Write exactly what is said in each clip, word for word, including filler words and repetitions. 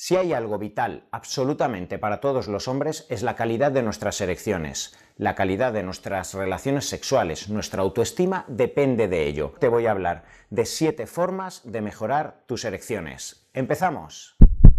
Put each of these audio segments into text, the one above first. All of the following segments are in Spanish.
Si hay algo vital absolutamente para todos los hombres es la calidad de nuestras erecciones, la calidad de nuestras relaciones sexuales, nuestra autoestima depende de ello. Te voy a hablar de siete formas de mejorar tus erecciones. ¡Empezamos!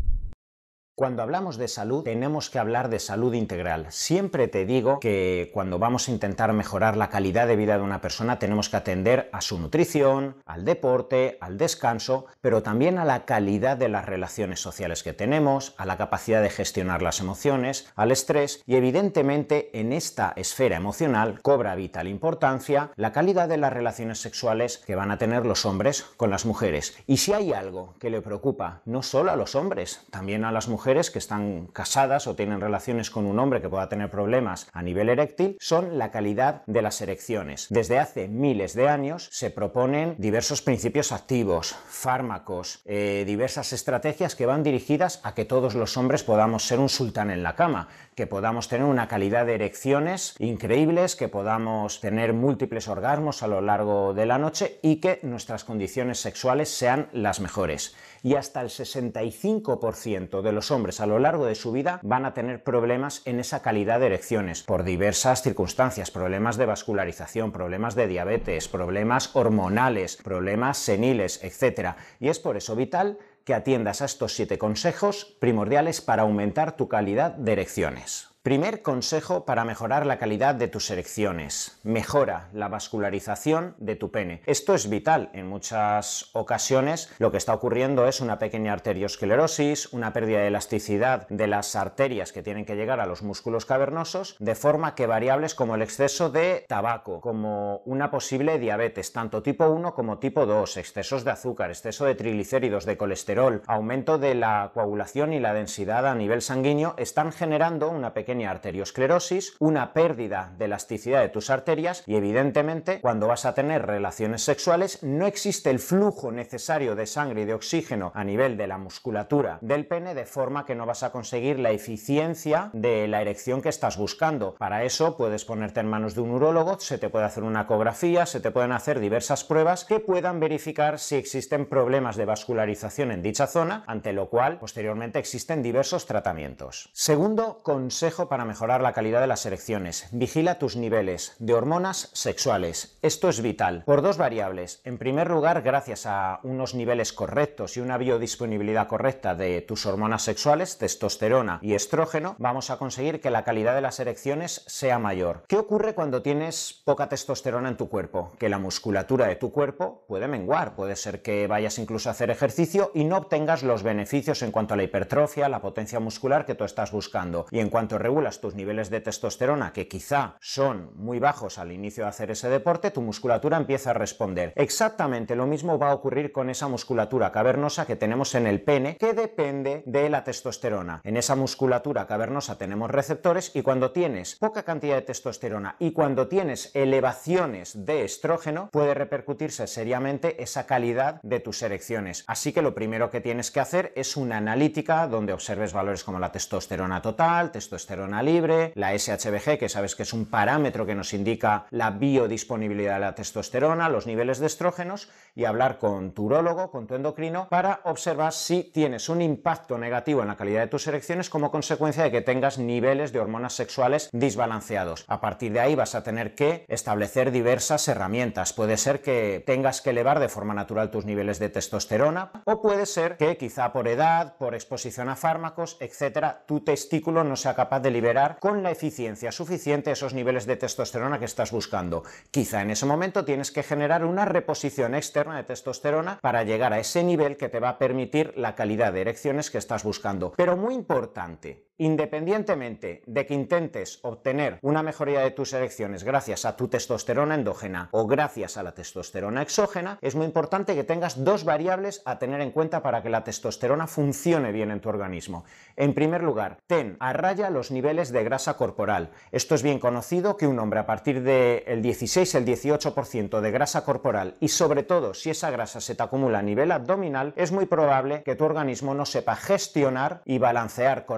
Cuando hablamos de salud, tenemos que hablar de salud integral. Siempre te digo que cuando vamos a intentar mejorar la calidad de vida de una persona, tenemos que atender a su nutrición, al deporte, al descanso, pero también a la calidad de las relaciones sociales que tenemos, a la capacidad de gestionar las emociones, al estrés y evidentemente en esta esfera emocional cobra vital importancia la calidad de las relaciones sexuales que van a tener los hombres con las mujeres. Y si hay algo que le preocupa no solo a los hombres, también a las mujeres, mujeres que están casadas o tienen relaciones con un hombre que pueda tener problemas a nivel eréctil, son la calidad de las erecciones. Desde hace miles de años se proponen diversos principios activos, fármacos, eh, diversas estrategias que van dirigidas a que todos los hombres podamos ser un sultán en la cama, que podamos tener una calidad de erecciones increíbles, que podamos tener múltiples orgasmos a lo largo de la noche y que nuestras condiciones sexuales sean las mejores. Y hasta el sesenta y cinco por ciento de los hombres a lo largo de su vida van a tener problemas en esa calidad de erecciones por diversas circunstancias, problemas de vascularización, problemas de diabetes, problemas hormonales, problemas seniles, etcétera. Y es por eso vital que atiendas a estos siete consejos primordiales para aumentar tu calidad de erecciones. Primer consejo para mejorar la calidad de tus erecciones. Mejora la vascularización de tu pene. Esto es vital. En muchas ocasiones lo que está ocurriendo es una pequeña arteriosclerosis, una pérdida de elasticidad de las arterias que tienen que llegar a los músculos cavernosos, de forma que variables como el exceso de tabaco, como una posible diabetes, tanto tipo uno como tipo dos, excesos de azúcar, exceso de triglicéridos, de colesterol, aumento de la coagulación y la densidad a nivel sanguíneo, están generando una pequeña arteriosclerosis, una pérdida de elasticidad de tus arterias y evidentemente cuando vas a tener relaciones sexuales no existe el flujo necesario de sangre y de oxígeno a nivel de la musculatura del pene, de forma que no vas a conseguir la eficiencia de la erección que estás buscando. Para eso puedes ponerte en manos de un urólogo, se te puede hacer una ecografía, se te pueden hacer diversas pruebas que puedan verificar si existen problemas de vascularización en dicha zona, ante lo cual posteriormente existen diversos tratamientos. Segundo consejo para mejorar la calidad de las erecciones. Vigila tus niveles de hormonas sexuales. Esto es vital por dos variables. En primer lugar, gracias a unos niveles correctos y una biodisponibilidad correcta de tus hormonas sexuales, testosterona y estrógeno, vamos a conseguir que la calidad de las erecciones sea mayor. ¿Qué ocurre cuando tienes poca testosterona en tu cuerpo? Que la musculatura de tu cuerpo puede menguar. Puede ser que vayas incluso a hacer ejercicio y no obtengas los beneficios en cuanto a la hipertrofia, la potencia muscular que tú estás buscando. Y en cuanto regulas tus niveles de testosterona, que quizá son muy bajos al inicio de hacer ese deporte, tu musculatura empieza a responder. Exactamente lo mismo va a ocurrir con esa musculatura cavernosa que tenemos en el pene, que depende de la testosterona. En esa musculatura cavernosa tenemos receptores y cuando tienes poca cantidad de testosterona y cuando tienes elevaciones de estrógeno, puede repercutirse seriamente esa calidad de tus erecciones. Así que lo primero que tienes que hacer es una analítica donde observes valores como la testosterona total, testosterona libre, la ese hache ve ge, que sabes que es un parámetro que nos indica la biodisponibilidad de la testosterona, los niveles de estrógenos, y hablar con tu urólogo, con tu endocrino, para observar si tienes un impacto negativo en la calidad de tus erecciones como consecuencia de que tengas niveles de hormonas sexuales desbalanceados. A partir de ahí vas a tener que establecer diversas herramientas. Puede ser que tengas que elevar de forma natural tus niveles de testosterona, o puede ser que quizá por edad, por exposición a fármacos, etcétera, tu testículo no sea capaz de liberar con la eficiencia suficiente esos niveles de testosterona que estás buscando. Quizá en ese momento tienes que generar una reposición externa de testosterona para llegar a ese nivel que te va a permitir la calidad de erecciones que estás buscando. Pero muy importante, independientemente de que intentes obtener una mejoría de tus erecciones gracias a tu testosterona endógena o gracias a la testosterona exógena, es muy importante que tengas dos variables a tener en cuenta para que la testosterona funcione bien en tu organismo. En primer lugar, ten a raya los niveles de grasa corporal. Esto es bien conocido que un hombre a partir del dieciséis al dieciocho por ciento de grasa corporal, y sobre todo si esa grasa se te acumula a nivel abdominal, es muy probable que tu organismo no sepa gestionar y balancear correctamente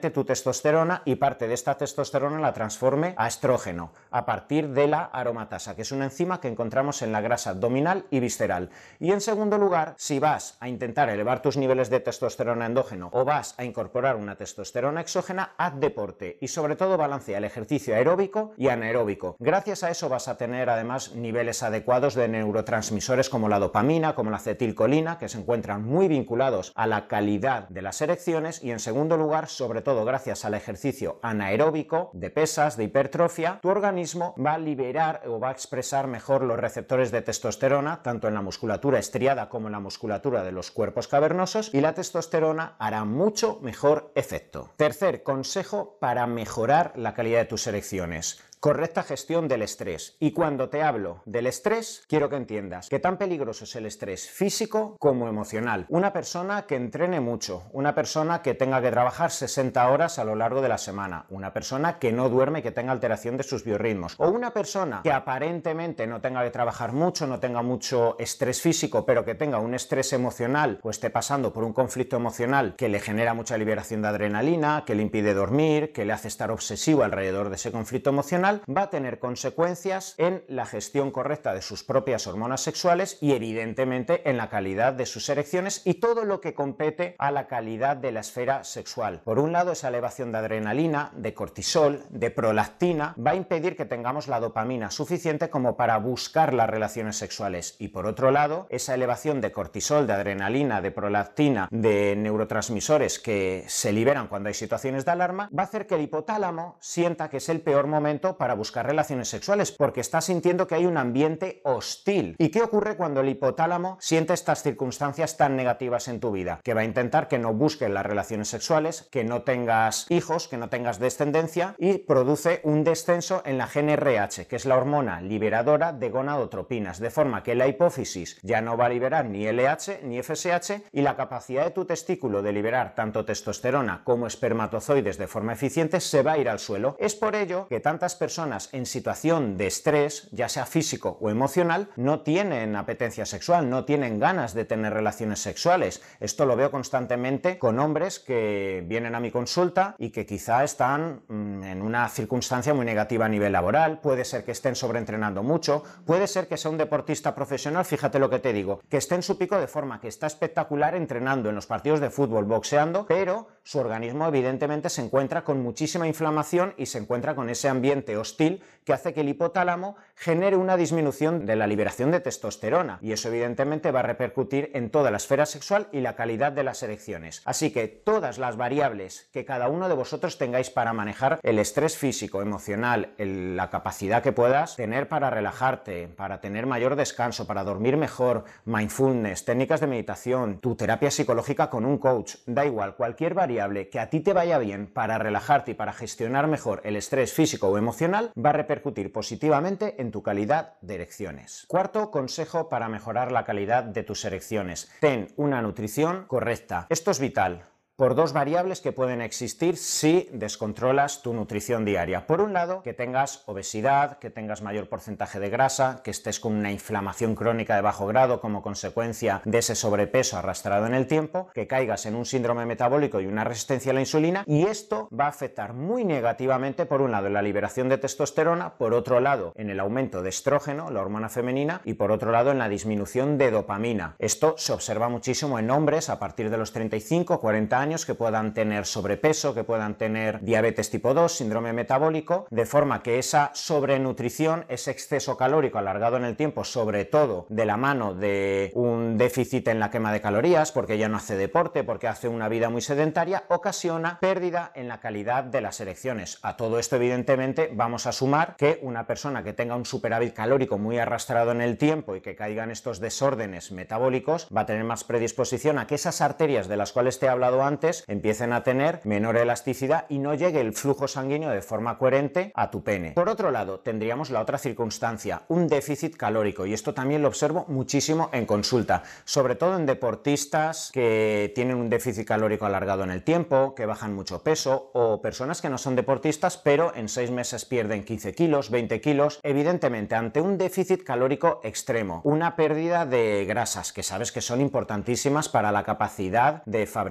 aumente tu testosterona y parte de esta testosterona la transforme a estrógeno a partir de la aromatasa, que es una enzima que encontramos en la grasa abdominal y visceral. Y en segundo lugar, si vas a intentar elevar tus niveles de testosterona endógeno o vas a incorporar una testosterona exógena, haz deporte y sobre todo balancea el ejercicio aeróbico y anaeróbico. Gracias a eso vas a tener además niveles adecuados de neurotransmisores como la dopamina, como la acetilcolina, que se encuentran muy vinculados a la calidad de las erecciones. Y en segundo lugar, sobre todo gracias al ejercicio anaeróbico de pesas, de hipertrofia, tu organismo va a liberar o va a expresar mejor los receptores de testosterona, tanto en la musculatura estriada como en la musculatura de los cuerpos cavernosos, y la testosterona hará mucho mejor efecto. Tercer consejo para mejorar la calidad de tus erecciones: correcta gestión del estrés. Y cuando te hablo del estrés, quiero que entiendas que tan peligroso es el estrés físico como emocional. Una persona que entrene mucho, una persona que tenga que trabajar sesenta horas a lo largo de la semana, una persona que no duerme, que tenga alteración de sus biorritmos, o una persona que aparentemente no tenga que trabajar mucho, no tenga mucho estrés físico, pero que tenga un estrés emocional o esté pasando por un conflicto emocional que le genera mucha liberación de adrenalina, que le impide dormir, que le hace estar obsesivo alrededor de ese conflicto emocional, va a tener consecuencias en la gestión correcta de sus propias hormonas sexuales y evidentemente en la calidad de sus erecciones y todo lo que compete a la calidad de la esfera sexual. Por un lado, esa elevación de adrenalina, de cortisol, de prolactina va a impedir que tengamos la dopamina suficiente como para buscar las relaciones sexuales, y por otro lado, esa elevación de cortisol, de adrenalina, de prolactina, de neurotransmisores que se liberan cuando hay situaciones de alarma, va a hacer que el hipotálamo sienta que es el peor momento para buscar relaciones sexuales, porque está sintiendo que hay un ambiente hostil. ¿Y qué ocurre cuando el hipotálamo siente estas circunstancias tan negativas en tu vida? Que va a intentar que no busques las relaciones sexuales, que no tengas hijos, que no tengas descendencia, y produce un descenso en la G N R H, que es la hormona liberadora de gonadotropinas, de forma que la hipófisis ya no va a liberar ni L H ni F S H, y la capacidad de tu testículo de liberar tanto testosterona como espermatozoides de forma eficiente se va a ir al suelo. Es por ello que tantas personas personas en situación de estrés, ya sea físico o emocional, no tienen apetencia sexual, no tienen ganas de tener relaciones sexuales. Esto lo veo constantemente con hombres que vienen a mi consulta y que quizá están mmm, en una circunstancia muy negativa a nivel laboral, puede ser que estén sobreentrenando mucho, puede ser que sea un deportista profesional, fíjate lo que te digo, que esté en su pico de forma, que está espectacular entrenando en los partidos de fútbol, boxeando, pero su organismo evidentemente se encuentra con muchísima inflamación y se encuentra con ese ambiente hostil que hace que el hipotálamo genere una disminución de la liberación de testosterona, y eso evidentemente va a repercutir en toda la esfera sexual y la calidad de las erecciones. Así que todas las variables que cada uno de vosotros tengáis para manejar el estrés físico, emocional, el, la capacidad que puedas tener para relajarte, para tener mayor descanso, para dormir mejor, mindfulness, técnicas de meditación, tu terapia psicológica con un coach, da igual, cualquier variable que a ti te vaya bien para relajarte y para gestionar mejor el estrés físico o emocional va a repercutir positivamente en tu calidad de erecciones. Cuarto consejo para mejorar la calidad de tus erecciones: ten una nutrición correcta. Esto es vital, por dos variables que pueden existir si descontrolas tu nutrición diaria. Por un lado, que tengas obesidad, que tengas mayor porcentaje de grasa, que estés con una inflamación crónica de bajo grado como consecuencia de ese sobrepeso arrastrado en el tiempo, que caigas en un síndrome metabólico y una resistencia a la insulina, y esto va a afectar muy negativamente, por un lado, en la liberación de testosterona, por otro lado, en el aumento de estrógeno, la hormona femenina, y por otro lado, en la disminución de dopamina. Esto se observa muchísimo en hombres a partir de los treinta y cinco cuarenta años, que puedan tener sobrepeso, que puedan tener diabetes tipo dos, síndrome metabólico, de forma que esa sobrenutrición, ese exceso calórico alargado en el tiempo, sobre todo de la mano de un déficit en la quema de calorías, porque ya no hace deporte, porque hace una vida muy sedentaria, ocasiona pérdida en la calidad de las erecciones. A todo esto, evidentemente, vamos a sumar que una persona que tenga un superávit calórico muy arrastrado en el tiempo y que caigan estos desórdenes metabólicos, va a tener más predisposición a que esas arterias de las cuales te he hablado antes empiecen a tener menor elasticidad y no llegue el flujo sanguíneo de forma coherente a tu pene. Por otro lado, tendríamos la otra circunstancia, un déficit calórico, y esto también lo observo muchísimo en consulta, sobre todo en deportistas que tienen un déficit calórico alargado en el tiempo, que bajan mucho peso, o personas que no son deportistas pero en seis meses pierden quince kilos, veinte kilos. Evidentemente, ante un déficit calórico extremo, una pérdida de grasas, que sabes que son importantísimas para la capacidad de fabricar desintoxicaciones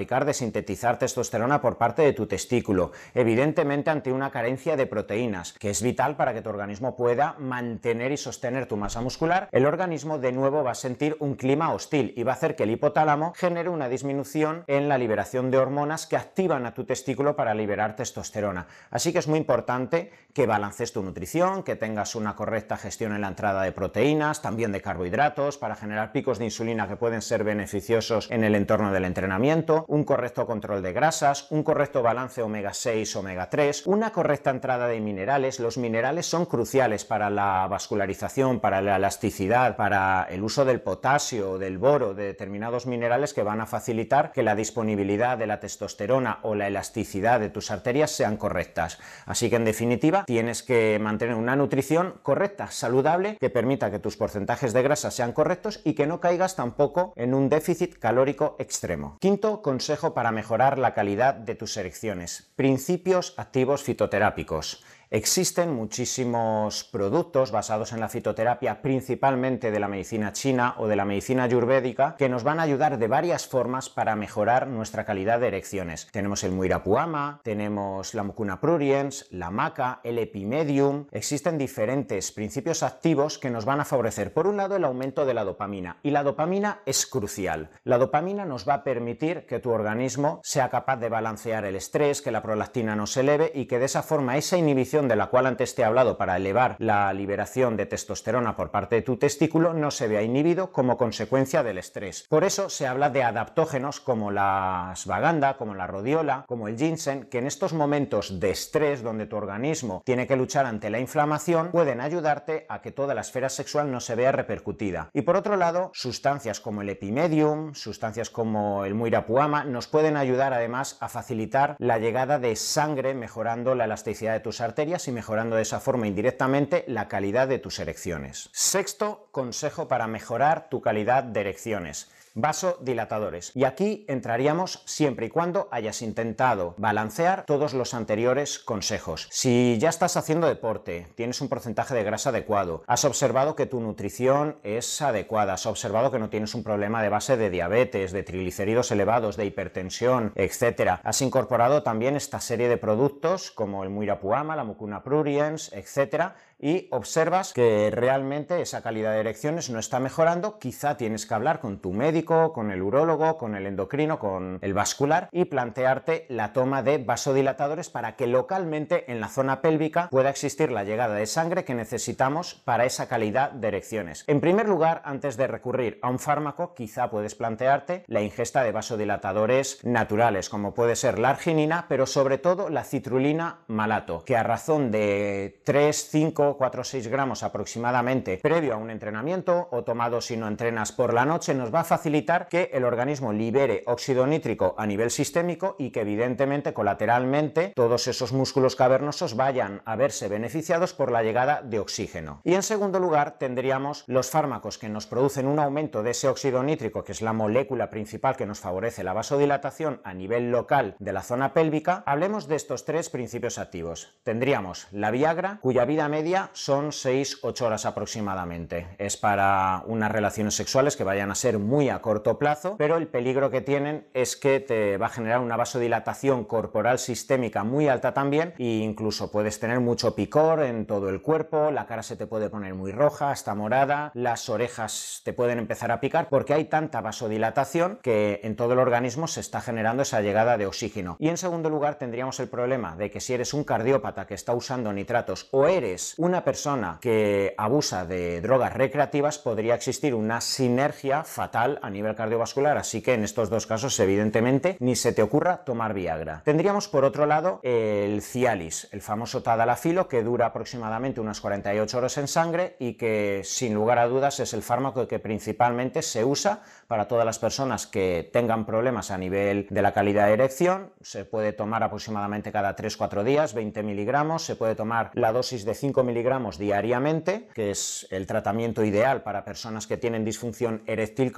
sintetizar testosterona por parte de tu testículo, evidentemente ante una carencia de proteínas, que es vital para que tu organismo pueda mantener y sostener tu masa muscular. El organismo de nuevo va a sentir un clima hostil y va a hacer que el hipotálamo genere una disminución en la liberación de hormonas que activan a tu testículo para liberar testosterona. Así que es muy importante que balances tu nutrición, que tengas una correcta gestión en la entrada de proteínas, también de carbohidratos, para generar picos de insulina que pueden ser beneficiosos en el entorno del entrenamiento, un correcto control de grasas, un correcto balance omega seis, omega tres, una correcta entrada de minerales. Los minerales son cruciales para la vascularización, para la elasticidad, para el uso del potasio, del boro, de determinados minerales que van a facilitar que la disponibilidad de la testosterona o la elasticidad de tus arterias sean correctas. Así que en definitiva tienes que mantener una nutrición correcta, saludable, que permita que tus porcentajes de grasa sean correctos y que no caigas tampoco en un déficit calórico extremo. Quinto consejo para mejorar la calidad de tus erecciones: principios activos fitoterápicos. Existen muchísimos productos basados en la fitoterapia, principalmente de la medicina china o de la medicina ayurvédica, que nos van a ayudar de varias formas para mejorar nuestra calidad de erecciones. Tenemos el Muirapuama, tenemos la Mucuna pruriens, la maca, el Epimedium. Existen diferentes principios activos que nos van a favorecer, por un lado, el aumento de la dopamina, y la dopamina es crucial. La dopamina nos va a permitir que tu organismo sea capaz de balancear el estrés, que la prolactina no se eleve y que de esa forma esa inhibición de la cual antes te he hablado para elevar la liberación de testosterona por parte de tu testículo no se vea inhibido como consecuencia del estrés. Por eso se habla de adaptógenos como la ashwagandha, como la rodiola, como el ginseng, que en estos momentos de estrés donde tu organismo tiene que luchar ante la inflamación pueden ayudarte a que toda la esfera sexual no se vea repercutida. Y por otro lado, sustancias como el Epimedium, sustancias como el Muirapuama nos pueden ayudar además a facilitar la llegada de sangre, mejorando la elasticidad de tus arterias y mejorando de esa forma indirectamente la calidad de tus erecciones. Sexto consejo para mejorar tu calidad de erecciones: vasodilatadores. Y aquí entraríamos siempre y cuando hayas intentado balancear todos los anteriores consejos. Si ya estás haciendo deporte, tienes un porcentaje de grasa adecuado, has observado que tu nutrición es adecuada, has observado que no tienes un problema de base de diabetes, de triglicéridos elevados, de hipertensión, etcétera. Has incorporado también esta serie de productos como el Muirapuama, la Mucuna pruriens, etcétera, y observas que realmente esa calidad de erecciones no está mejorando. Quizá tienes que hablar con tu médico, con el urólogo, con el endocrino, con el vascular y plantearte la toma de vasodilatadores para que localmente en la zona pélvica pueda existir la llegada de sangre que necesitamos para esa calidad de erecciones. En primer lugar, antes de recurrir a un fármaco, quizá puedes plantearte la ingesta de vasodilatadores naturales, como puede ser la arginina, pero sobre todo la citrulina malato, que a razón de tres, cinco, cuatro o seis gramos aproximadamente previo a un entrenamiento o tomado si no entrenas por la noche, nos va a facilitar que el organismo libere óxido nítrico a nivel sistémico y que evidentemente colateralmente todos esos músculos cavernosos vayan a verse beneficiados por la llegada de oxígeno. Y en segundo lugar tendríamos los fármacos que nos producen un aumento de ese óxido nítrico, que es la molécula principal que nos favorece la vasodilatación a nivel local de la zona pélvica. Hablemos de estos tres principios activos. Tendríamos la Viagra, cuya vida media son seis a ocho horas aproximadamente. Es para unas relaciones sexuales que vayan a ser muy a corto plazo, pero el peligro que tienen es que te va a generar una vasodilatación corporal sistémica muy alta también, e incluso puedes tener mucho picor en todo el cuerpo, la cara se te puede poner muy roja, hasta morada, las orejas te pueden empezar a picar porque hay tanta vasodilatación que en todo el organismo se está generando esa llegada de oxígeno. Y en segundo lugar tendríamos el problema de que si eres un cardiópata que está usando nitratos o eres un una persona que abusa de drogas recreativas, podría existir una sinergia fatal a nivel cardiovascular, así que en estos dos casos evidentemente ni se te ocurra tomar Viagra. Tendríamos por otro lado el Cialis, el famoso Tadalafilo, que dura aproximadamente unas cuarenta y ocho horas en sangre y que sin lugar a dudas es el fármaco que principalmente se usa para todas las personas que tengan problemas a nivel de la calidad de erección. Se puede tomar aproximadamente cada tres a cuatro días, veinte miligramos, se puede tomar la dosis de cinco miligramos diariamente, que es el tratamiento ideal para personas que tienen disfunción eréctil crónica,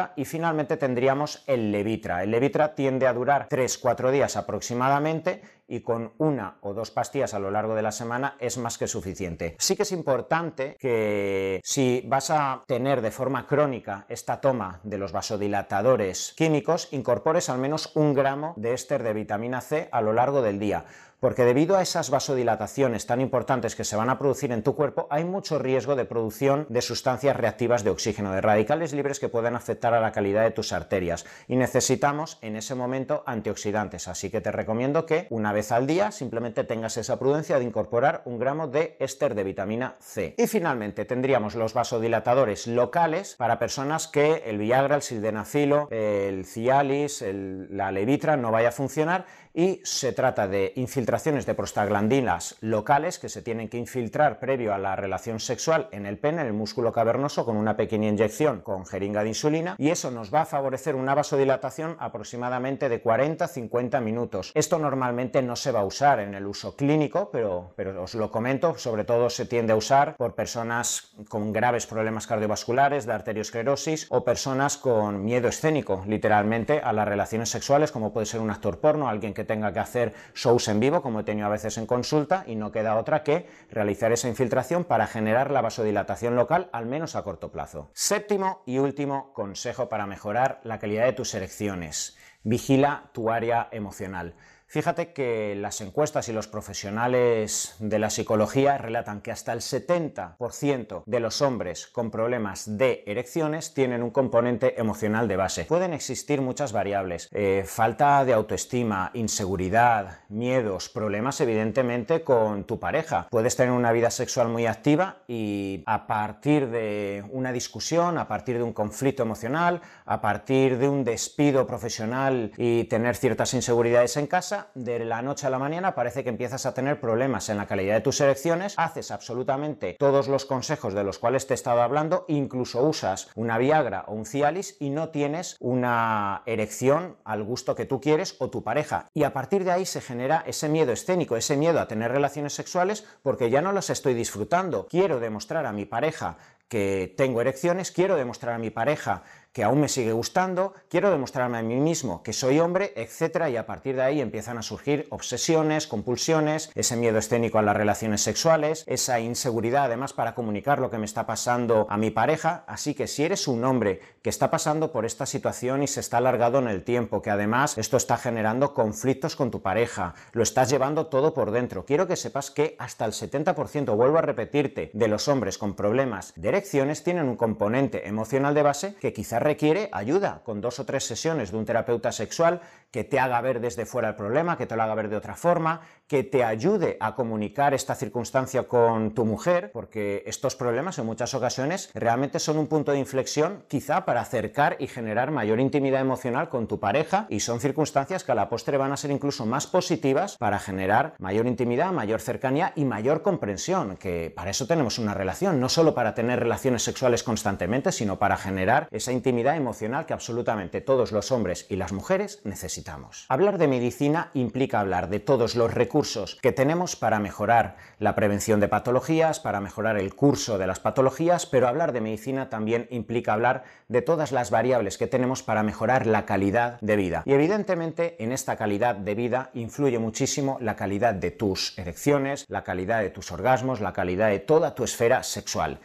crónica. Y finalmente tendríamos el Levitra. El Levitra tiende a durar tres cuatro días aproximadamente, y con una o dos pastillas a lo largo de la semana es más que suficiente. Sí que es importante que si vas a tener de forma crónica esta toma de los vasodilatadores químicos, incorpores al menos un gramo de éster de vitamina C a lo largo del día, porque debido a esas vasodilataciones tan importantes que se van a producir en tu cuerpo, hay mucho riesgo de producción de sustancias reactivas de oxígeno, de radicales libres que pueden afectar a la calidad de tus arterias, y necesitamos en ese momento antioxidantes, así que te recomiendo que una vez al día simplemente tengas esa prudencia de incorporar un gramo de éster de vitamina C. Y finalmente tendríamos los vasodilatadores locales para personas que el Viagra, el sildenafilo, el Cialis, el, la Levitra no vaya a funcionar, y se trata de infiltraciones de prostaglandinas locales que se tienen que infiltrar previo a la relación sexual en el pene, en el músculo cavernoso, con una pequeña inyección con jeringa de insulina, y eso nos va a favorecer una vasodilatación aproximadamente de cuarenta a cincuenta minutos. Esto normalmente no se va a usar en el uso clínico, pero, pero os lo comento, sobre todo se tiende a usar por personas con graves problemas cardiovasculares, de arteriosclerosis, o personas con miedo escénico, literalmente, a las relaciones sexuales, como puede ser un actor porno, alguien que tenga que hacer shows en vivo, como he tenido a veces en consulta, y no queda otra que realizar esa infiltración para generar la vasodilatación local, al menos a corto plazo. Séptimo y último consejo para mejorar la calidad de tus erecciones: vigila tu área emocional. Fíjate que las encuestas y los profesionales de la psicología relatan que hasta el setenta por ciento de los hombres con problemas de erecciones tienen un componente emocional de base. Pueden existir muchas variables: eh, falta de autoestima, inseguridad, miedos, problemas evidentemente con tu pareja. Puedes tener una vida sexual muy activa y a partir de una discusión, a partir de un conflicto emocional, a partir de un despido profesional y tener ciertas inseguridades en casa, de la noche a la mañana parece que empiezas a tener problemas en la calidad de tus erecciones, haces absolutamente todos los consejos de los cuales te he estado hablando, incluso usas una Viagra o un Cialis y no tienes una erección al gusto que tú quieres o tu pareja. Y a partir de ahí se genera ese miedo escénico, ese miedo a tener relaciones sexuales porque ya no las estoy disfrutando. Quiero demostrar a mi pareja que tengo erecciones, quiero demostrar a mi pareja que aún me sigue gustando, quiero demostrarme a mí mismo que soy hombre, etcétera, y a partir de ahí empiezan a surgir obsesiones, compulsiones, ese miedo escénico a las relaciones sexuales, esa inseguridad además para comunicar lo que me está pasando a mi pareja. Así que si eres un hombre que está pasando por esta situación y se está alargado en el tiempo, que además esto está generando conflictos con tu pareja, lo estás llevando todo por dentro, quiero que sepas que hasta el setenta por ciento, vuelvo a repetirte, de los hombres con problemas de erecciones tienen un componente emocional de base que quizás requiere ayuda, con dos o tres sesiones de un terapeuta sexual que te haga ver desde fuera el problema, que te lo haga ver de otra forma, que te ayude a comunicar esta circunstancia con tu mujer, porque estos problemas en muchas ocasiones realmente son un punto de inflexión quizá para acercar y generar mayor intimidad emocional con tu pareja, y son circunstancias que a la postre van a ser incluso más positivas para generar mayor intimidad, mayor cercanía y mayor comprensión, que para eso tenemos una relación, no solo para tener relaciones sexuales constantemente, sino para generar esa intimidad emocional que absolutamente todos los hombres y las mujeres necesitamos. Hablar de medicina implica hablar de todos los recursos que tenemos para mejorar la prevención de patologías, para mejorar el curso de las patologías, pero hablar de medicina también implica hablar de todas las variables que tenemos para mejorar la calidad de vida. Y evidentemente en esta calidad de vida influye muchísimo la calidad de tus erecciones, la calidad de tus orgasmos, la calidad de toda tu esfera sexual.